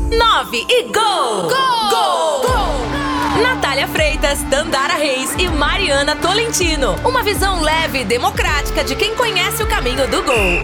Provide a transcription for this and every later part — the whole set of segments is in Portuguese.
9 e gol! Gol! Gol! Natália Freitas, Dandara Reis e Mariana Tolentino. Uma visão leve e democrática de quem conhece o caminho do gol.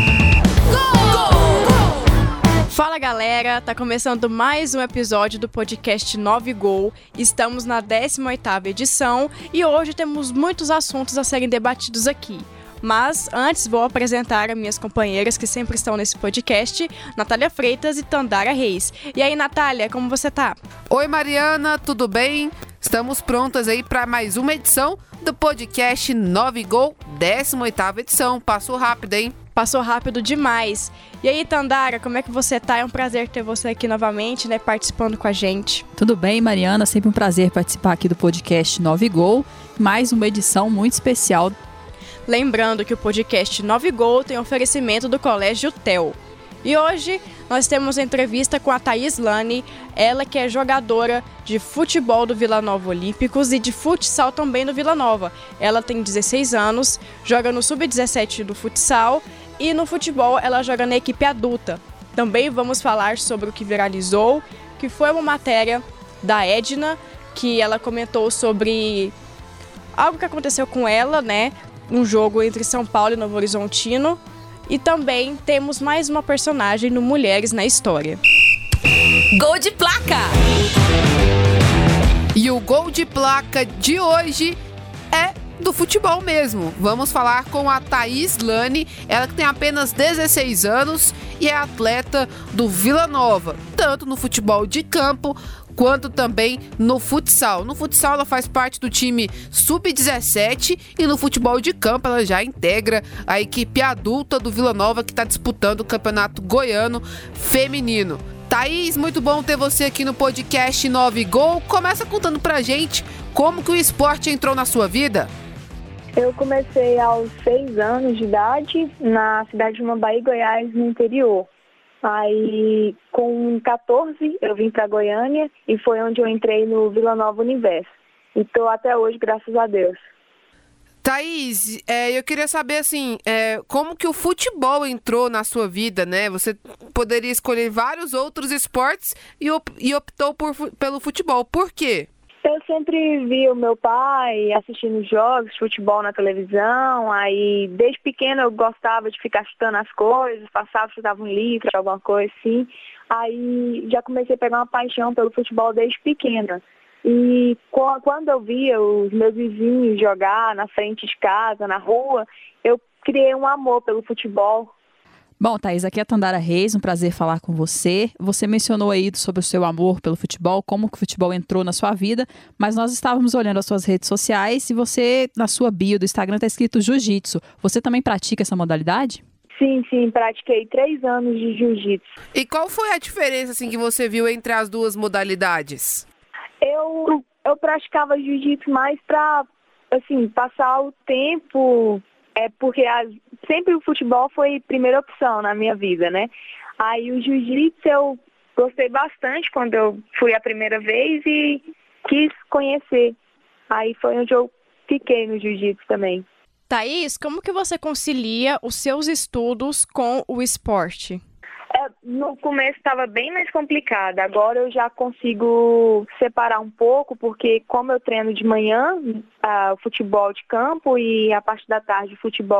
Fala galera, tá começando mais um episódio do podcast 9 Gol. Estamos na 18ª edição e hoje temos muitos assuntos a serem debatidos aqui. Mas antes vou apresentar as minhas companheiras que sempre estão nesse podcast, Natália Freitas e Dandara Reis. E aí Natália, como você tá? Oi Mariana, tudo bem? Estamos prontas aí para mais uma edição do podcast 9 Gol, 18ª edição. Passou rápido, hein? Passou rápido demais. E aí, Tandara, como é que você tá? É um prazer ter você aqui novamente, né, participando com a gente. Tudo bem, Mariana? Sempre um prazer participar aqui do podcast 9 Gol. Mais uma edição muito especial. Lembrando que o podcast 9 Gol tem oferecimento do Colégio TEL. E hoje nós temos a entrevista com a Thaís Lani, ela que é jogadora de futebol do Vila Nova Olímpicos e de futsal também do Vila Nova. Ela tem 16 anos, joga no Sub-17 do futsal e no futebol ela joga na equipe adulta. Também vamos falar sobre o que viralizou, que foi uma matéria da Edna, que ela comentou sobre algo que aconteceu com ela, né? Um jogo entre São Paulo e Novo Horizontino. E também temos mais uma personagem no Mulheres na História. Gol de placa! E o gol de placa de hoje é do futebol mesmo. Vamos falar com a Thaís Lani, ela que tem apenas 16 anos e é atleta do Vila Nova, tanto no futebol de campo quanto também no futsal. No futsal ela faz parte do time Sub-17 e no futebol de campo ela já integra a equipe adulta do Vila Nova que está disputando o Campeonato Goiano Feminino. Thaís, muito bom ter você aqui no podcast 9 Gol. Começa contando pra gente como que o esporte entrou na sua vida. Eu comecei aos 6 anos de idade na cidade de Mambaí, Goiás, no interior. Aí, com 14, eu vim para Goiânia e foi onde eu entrei no Vila Nova Universo. E estou até hoje, graças a Deus. Thaís, eu queria saber, assim, como que o futebol entrou na sua vida, né? Você poderia escolher vários outros esportes e optou pelo futebol. Por quê? Eu sempre vi o meu pai assistindo jogos de futebol na televisão, aí desde pequena eu gostava de ficar chutando as coisas, chutava um livro, alguma coisa assim. Aí já comecei a pegar uma paixão pelo futebol desde pequena. E quando eu via os meus vizinhos jogar na frente de casa, na rua, eu criei um amor pelo futebol. Bom, Thaís, aqui é a Dandara Reis, um prazer falar com você. Você mencionou aí sobre o seu amor pelo futebol, como que o futebol entrou na sua vida, mas nós estávamos olhando as suas redes sociais e você, na sua bio do Instagram, está escrito jiu-jitsu. Você também pratica essa modalidade? Sim, pratiquei 3 anos de jiu-jitsu. E qual foi a diferença assim, que você viu entre as duas modalidades? Eu praticava jiu-jitsu mais para, assim, passar o tempo, porque sempre o futebol foi primeira opção na minha vida, né? Aí o jiu-jitsu eu gostei bastante quando eu fui a primeira vez e quis conhecer. Aí foi onde eu fiquei no jiu-jitsu também. Thaís, como que você concilia os seus estudos com o esporte? No começo estava bem mais complicado, agora eu já consigo separar um pouco, porque como eu treino de manhã futebol de campo e a parte da tarde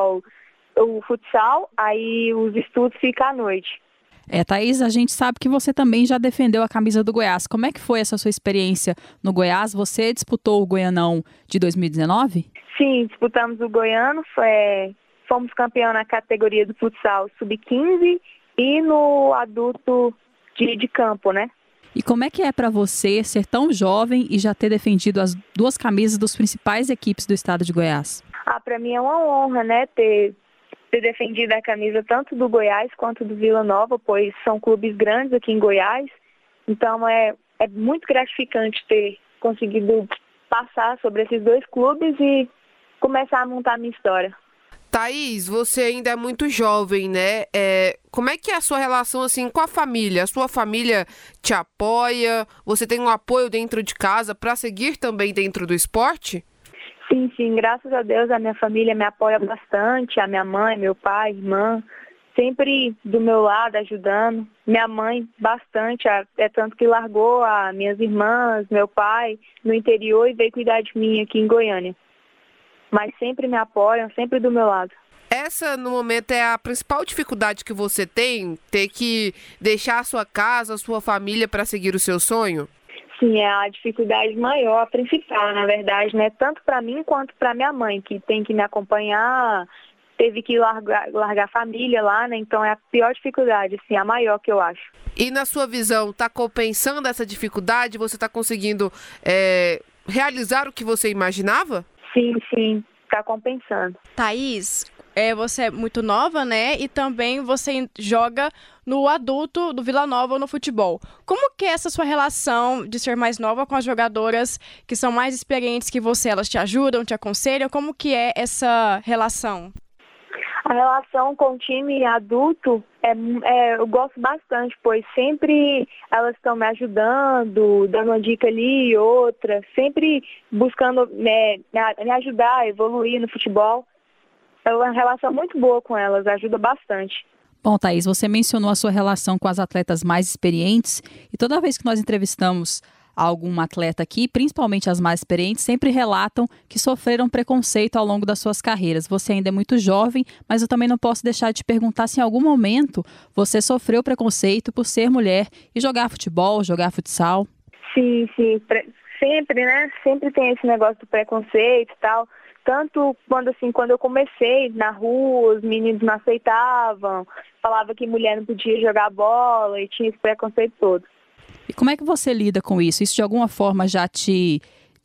o futsal, aí os estudos ficam à noite. Thaís, a gente sabe que você também já defendeu a camisa do Goiás. Como é que foi essa sua experiência no Goiás? Você disputou o Goianão de 2019? Sim, disputamos o Goiano, fomos campeão na categoria do futsal sub-15 e no adulto de campo, né? E como é que é para você ser tão jovem e já ter defendido as duas camisas das principais equipes do estado de Goiás? Para mim é uma honra, né, ter defendido a camisa tanto do Goiás quanto do Vila Nova, pois são clubes grandes aqui em Goiás. Então é muito gratificante ter conseguido passar sobre esses dois clubes e começar a montar a minha história. Thaís, você ainda é muito jovem, né? Como é que é a sua relação assim, com a família? A sua família te apoia? Você tem um apoio dentro de casa para seguir também dentro do esporte? Sim, graças a Deus a minha família me apoia bastante, a minha mãe, meu pai, irmã. sempre do meu lado, ajudando. Minha mãe, bastante, é tanto que largou as minhas irmãs, meu pai, no interior e veio cuidar de mim aqui em Goiânia. Mas sempre me apoiam, sempre do meu lado. Essa, no momento, é a principal dificuldade que você tem? Ter que deixar a sua casa, a sua família para seguir o seu sonho? Sim, é a dificuldade maior, a principal, na verdade, né? Tanto para mim quanto para minha mãe, que tem que me acompanhar, teve que largar a família lá, né? Então é a pior dificuldade, assim, a maior que eu acho. E na sua visão, está compensando essa dificuldade? Você está conseguindo realizar o que você imaginava? Sim, está compensando. Thaís, você é muito nova, né? E também você joga no adulto do Vila Nova no futebol. Como que é essa sua relação de ser mais nova com as jogadoras que são mais experientes que você? Elas te ajudam, te aconselham? Como que é essa relação? A relação com o time adulto, eu gosto bastante, pois sempre elas estão me ajudando, dando uma dica ali e outra, sempre buscando me ajudar a evoluir no futebol. É uma relação muito boa com elas, ajuda bastante. Bom, Thaís, você mencionou a sua relação com as atletas mais experientes e toda vez que nós entrevistamos algum atleta aqui, principalmente as mais experientes, sempre relatam que sofreram preconceito ao longo das suas carreiras. Você ainda é muito jovem, mas eu também não posso deixar de te perguntar se em algum momento você sofreu preconceito por ser mulher e jogar futebol, jogar futsal. Sim, sempre, né? Sempre tem esse negócio do preconceito e tal. Tanto quando eu comecei na rua, os meninos não aceitavam, falava que mulher não podia jogar bola e tinha esse preconceito todo. E como é que você lida com isso? Isso de alguma forma já te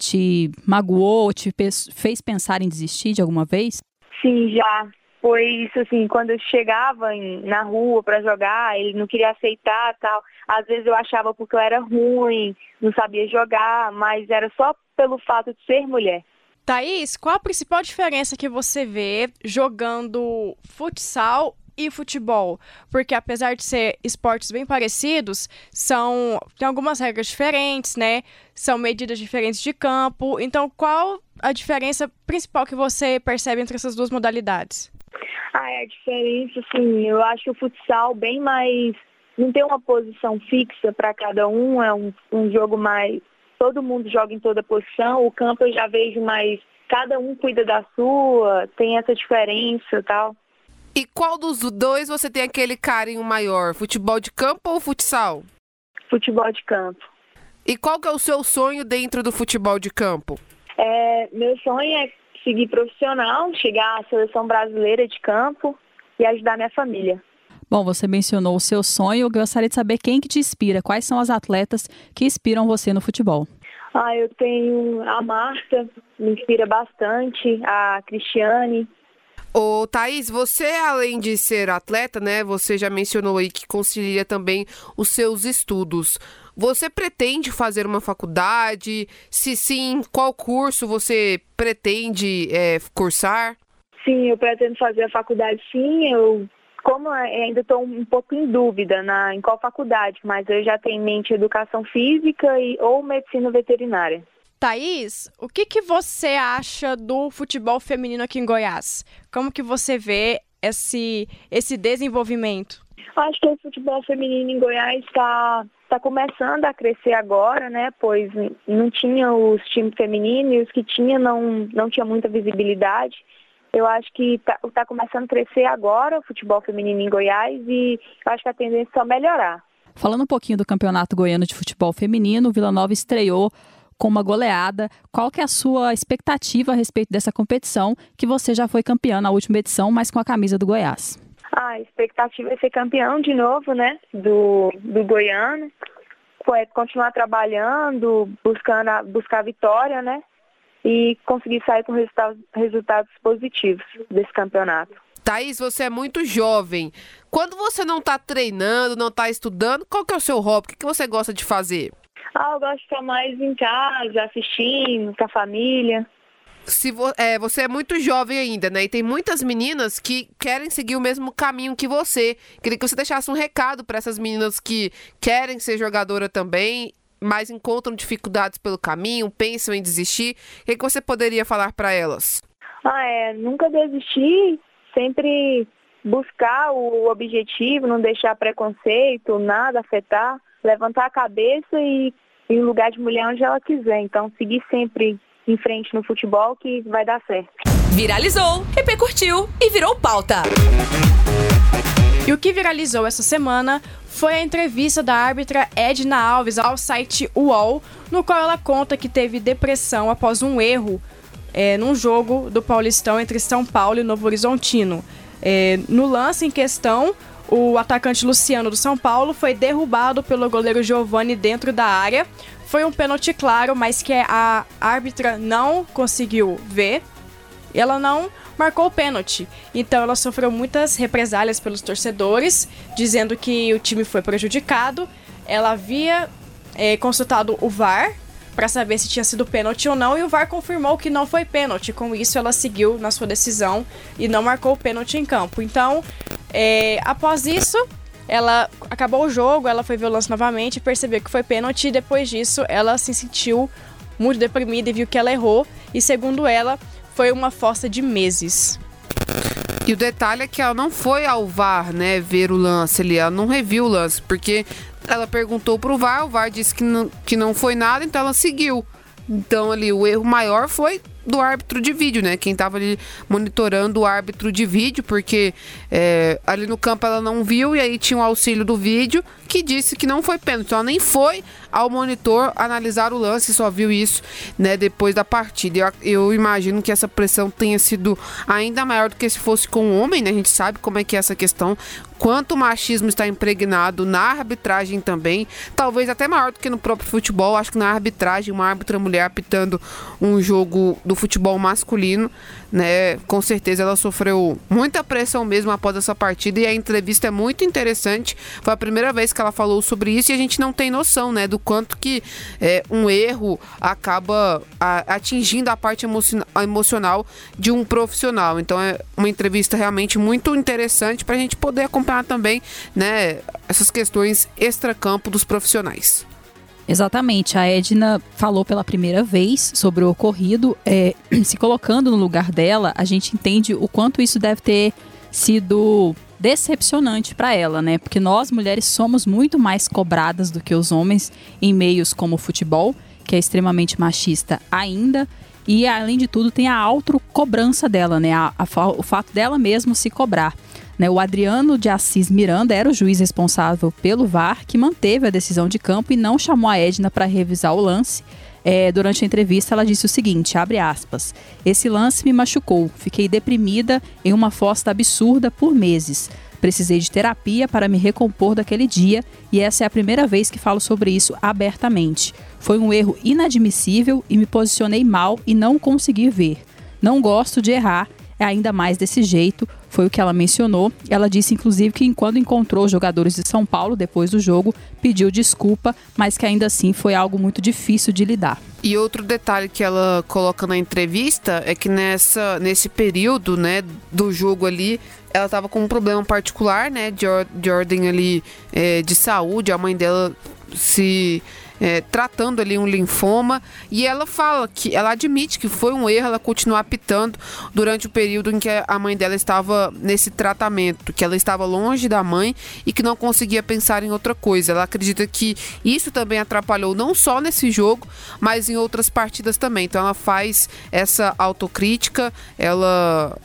magoou, te fez pensar em desistir de alguma vez? Sim, já. Foi isso assim, quando eu chegava na rua para jogar, ele não queria aceitar e tal. Às vezes eu achava porque eu era ruim, não sabia jogar, mas era só pelo fato de ser mulher. Thaís, qual a principal diferença que você vê jogando futsal e futebol? Porque apesar de ser esportes bem parecidos, tem algumas regras diferentes, né? São medidas diferentes de campo. Então, qual a diferença principal que você percebe entre essas duas modalidades? A diferença, sim, eu acho o futsal bem mais... Não tem uma posição fixa para cada um, é um jogo mais... Todo mundo joga em toda posição, o campo eu já vejo mais... Cada um cuida da sua, tem essa diferença e tal. E qual dos dois você tem aquele carinho maior? Futebol de campo ou futsal? Futebol de campo. E qual que é o seu sonho dentro do futebol de campo? Meu sonho é seguir profissional, chegar à seleção brasileira de campo e ajudar minha família. Bom, você mencionou o seu sonho, eu gostaria de saber quem que te inspira, quais são as atletas que inspiram você no futebol? Eu tenho a Marta, me inspira bastante, a Cristiane. Ô, Thaís, você além de ser atleta, né, você já mencionou aí que concilia também os seus estudos. Você pretende fazer uma faculdade? Se sim, qual curso você pretende cursar? Sim, eu pretendo fazer a faculdade, sim. Como ainda estou um pouco em dúvida em qual faculdade, mas eu já tenho em mente educação física ou medicina veterinária. Thaís, o que você acha do futebol feminino aqui em Goiás? Como que você vê esse desenvolvimento? Acho que o futebol feminino em Goiás está começando a crescer agora, né? Pois não tinha os times femininos e os que tinha não tinha muita visibilidade. Eu acho que tá começando a crescer agora o futebol feminino em Goiás e eu acho que a tendência é só melhorar. Falando um pouquinho do Campeonato Goiano de Futebol Feminino, o Vila Nova estreou com uma goleada. Qual que é a sua expectativa a respeito dessa competição, que você já foi campeã na última edição, mas com a camisa do Goiás? A expectativa é ser campeão de novo, né, do Goiano. Continuar trabalhando, buscar a vitória, né? E conseguir sair com resultados positivos desse campeonato. Thaís, você é muito jovem. Quando você não está treinando, não está estudando, qual que é o seu hobby? O que você gosta de fazer? Eu gosto de ficar mais em casa, assistindo, com a família. Você é muito jovem ainda, né? E tem muitas meninas que querem seguir o mesmo caminho que você. Queria que você deixasse um recado para essas meninas que querem ser jogadora também, mas encontram dificuldades pelo caminho, pensam em desistir. O que você poderia falar para elas? Nunca desistir, sempre buscar o objetivo, não deixar preconceito, nada afetar, levantar a cabeça e ir em lugar de mulher onde ela quiser. Então, seguir sempre em frente no futebol que vai dar certo. Viralizou, repercutiu e virou pauta. E o que viralizou essa semana foi a entrevista da árbitra Edna Alves ao site UOL, no qual ela conta que teve depressão após um erro num jogo do Paulistão entre São Paulo e Novo Horizontino. No lance em questão, o atacante Luciano do São Paulo foi derrubado pelo goleiro Giovani dentro da área. Foi um pênalti claro, mas que a árbitra não conseguiu ver. Ela não marcou o pênalti. Então ela sofreu muitas represálias pelos torcedores, dizendo que o time foi prejudicado. Ela havia consultado o VAR para saber se tinha sido pênalti ou não, e o VAR confirmou que não foi pênalti. Com isso, ela seguiu na sua decisão e não marcou o pênalti em campo. Então, após isso, ela acabou o jogo, ela foi ver o lance novamente, percebeu que foi pênalti, e depois disso, ela se sentiu muito deprimida e viu que ela errou. E segundo ela, foi uma fossa de meses. E o detalhe é que ela não foi ao VAR, né, ver o lance ali, ela não reviu o lance, porque ela perguntou pro VAR, o VAR disse que não foi nada, então ela seguiu. Então ali o erro maior foi do árbitro de vídeo, né? Quem tava ali monitorando o árbitro de vídeo, porque ali no campo ela não viu, e aí tinha o auxílio do vídeo que disse que não foi pênalti. Então ela nem foi ao monitor analisar o lance, só viu isso, né, depois da partida. Eu imagino que essa pressão tenha sido ainda maior do que se fosse com um homem, né? A gente sabe como é que é essa questão, quanto o machismo está impregnado na arbitragem também, talvez até maior do que no próprio futebol. Acho que na arbitragem, uma árbitra mulher apitando um jogo do futebol masculino, né, com certeza ela sofreu muita pressão mesmo após essa partida, e a entrevista é muito interessante. Foi a primeira vez que ela falou sobre isso, e a gente não tem noção, né, do quanto que um erro acaba atingindo a parte emocional de um profissional. Então é uma entrevista realmente muito interessante para a gente poder acompanhar também, né, essas questões extracampo dos profissionais. Exatamente, a Edna falou pela primeira vez sobre o ocorrido, se colocando no lugar dela, a gente entende o quanto isso deve ter sido decepcionante para ela, né? Porque nós, mulheres, somos muito mais cobradas do que os homens em meios como o futebol, que é extremamente machista ainda, e além de tudo tem a autocobrança dela, né? O fato dela mesmo se cobrar. O Adriano de Assis Miranda era o juiz responsável pelo VAR, que manteve a decisão de campo e não chamou a Edna para revisar o lance. Durante a entrevista, ela disse o seguinte, abre aspas, esse lance me machucou, fiquei deprimida em uma fossa absurda por meses. Precisei de terapia para me recompor daquele dia, e essa é a primeira vez que falo sobre isso abertamente. Foi um erro inadmissível e me posicionei mal e não consegui ver. Não gosto de errar, ainda mais desse jeito, foi o que ela mencionou. Ela disse, inclusive, que quando encontrou os jogadores de São Paulo depois do jogo, pediu desculpa, mas que ainda assim foi algo muito difícil de lidar. E outro detalhe que ela coloca na entrevista é que nesse período, né, do jogo ali, ela estava com um problema particular, né, de ordem ali de saúde. A mãe dela se tratando ali um linfoma, e ela fala que ela admite que foi um erro ela continuar apitando durante o período em que a mãe dela estava nesse tratamento, que ela estava longe da mãe e que não conseguia pensar em outra coisa. Ela acredita que isso também atrapalhou não só nesse jogo, mas em outras partidas também. Então ela faz essa autocrítica, ela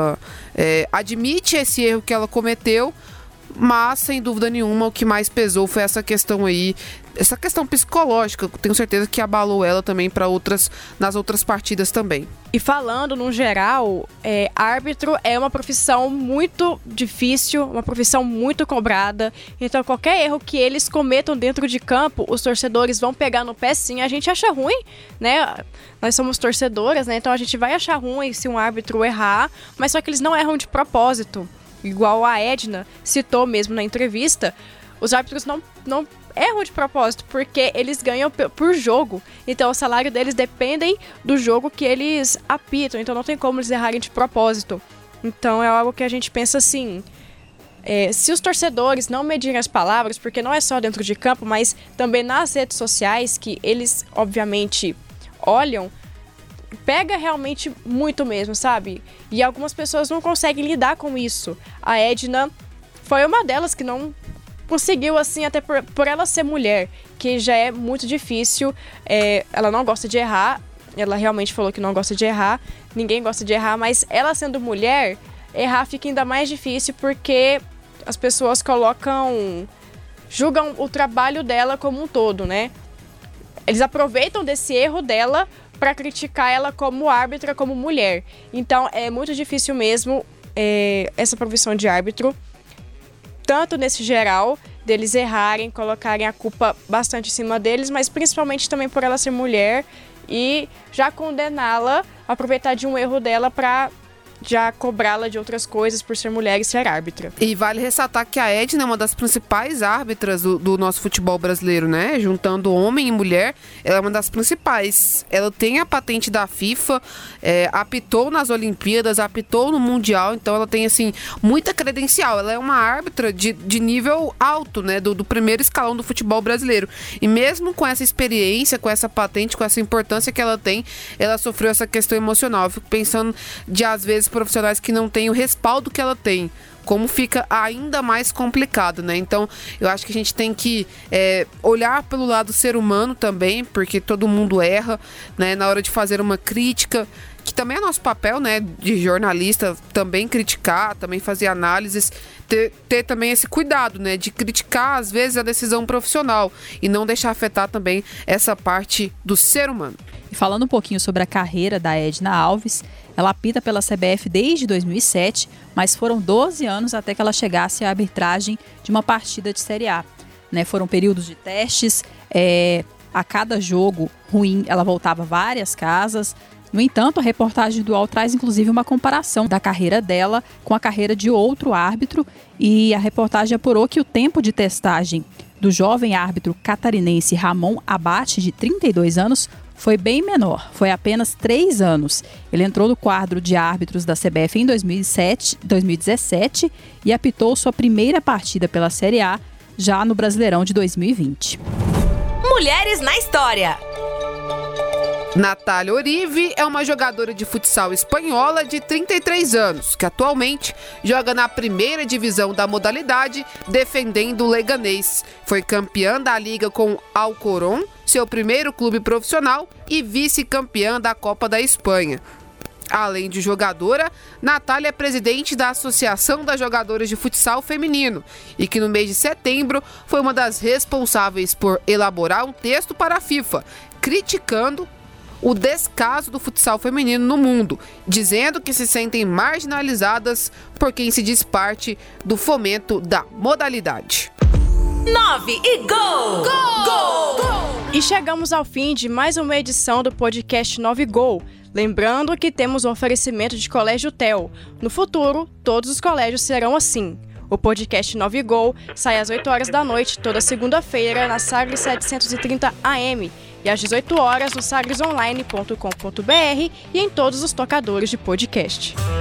admite esse erro que ela cometeu, mas sem dúvida nenhuma o que mais pesou foi essa questão aí, essa questão psicológica. Tenho certeza que abalou ela também nas outras partidas também. E falando no geral, árbitro é uma profissão muito difícil, uma profissão muito cobrada. Então qualquer erro que eles cometam dentro de campo, os torcedores vão pegar no pé sim. A gente acha ruim, né? Nós somos torcedoras, né? Então a gente vai achar ruim se um árbitro errar, mas só que eles não erram de propósito. Igual a Edna citou mesmo na entrevista, os árbitros não erram de propósito, porque eles ganham por jogo. Então o salário deles dependem do jogo que eles apitam, então não tem como eles errarem de propósito. Então é algo que a gente pensa assim, se os torcedores não medirem as palavras, porque não é só dentro de campo, mas também nas redes sociais, que eles obviamente olham, pega realmente muito mesmo, sabe? E algumas pessoas não conseguem lidar com isso. A Edna foi uma delas que não conseguiu, assim, até por ela ser mulher, que já é muito difícil. Ela não gosta de errar, ela realmente falou que não gosta de errar, ninguém gosta de errar, mas ela sendo mulher, errar fica ainda mais difícil porque as pessoas julgam o trabalho dela como um todo, né? Eles aproveitam desse erro dela para criticar ela como árbitra, como mulher. Então, é muito difícil mesmo essa profissão de árbitro, tanto nesse geral, deles errarem, colocarem a culpa bastante em cima deles, mas principalmente também por ela ser mulher e já condená-la, aproveitar de um erro dela para já cobrá-la de outras coisas por ser mulher e ser árbitra. E vale ressaltar que a Edna é uma das principais árbitras do nosso futebol brasileiro, né? Juntando homem e mulher, ela é uma das principais. Ela tem a patente da FIFA, apitou nas Olimpíadas, apitou no Mundial, então ela tem, assim, muita credencial. Ela é uma árbitra de nível alto, né? Do primeiro escalão do futebol brasileiro. E mesmo com essa experiência, com essa patente, com essa importância que ela tem, ela sofreu essa questão emocional. Eu fico pensando de, às vezes, profissionais que não têm o respaldo que ela tem, como fica ainda mais complicado, né? Então, eu acho que a gente tem que olhar pelo lado ser humano também, porque todo mundo erra, né? Na hora de fazer uma crítica, que também é nosso papel, né? De jornalista, também criticar, também fazer análises, ter também esse cuidado, né? De criticar, às vezes, a decisão profissional e não deixar afetar também essa parte do ser humano. E falando um pouquinho sobre a carreira da Edna Alves, ela apita pela CBF desde 2007, mas foram 12 anos até que ela chegasse à arbitragem de uma partida de Série A. Né? Foram períodos de testes, a cada jogo ruim ela voltava várias casas. No entanto, a reportagem do UOL traz inclusive uma comparação da carreira dela com a carreira de outro árbitro, e a reportagem apurou que o tempo de testagem do jovem árbitro catarinense Ramon Abate, de 32 anos, foi bem menor, foi apenas 3 anos. Ele entrou no quadro de árbitros da CBF em 2017 e apitou sua primeira partida pela Série A já no Brasileirão de 2020. Mulheres na história. Natália Orive é uma jogadora de futsal espanhola de 33 anos, que atualmente joga na primeira divisão da modalidade, defendendo o Leganés. Foi campeã da liga com Alcorcón, seu primeiro clube profissional, e vice-campeã da Copa da Espanha. Além de jogadora, Natália é presidente da Associação das Jogadoras de Futsal Feminino e que no mês de setembro foi uma das responsáveis por elaborar um texto para a FIFA, criticando o descaso do futsal feminino no mundo, dizendo que se sentem marginalizadas por quem se diz parte do fomento da modalidade. 9 e gol! Gol! Gol! E chegamos ao fim de mais uma edição do podcast 9 Gol. Lembrando que temos um oferecimento de Colégio TEL. No futuro, todos os colégios serão assim. O podcast 9 Gol sai às 8 horas da noite, toda segunda-feira, na Sagres 730 AM. E às 18 horas no sagresonline.com.br e em todos os tocadores de podcast.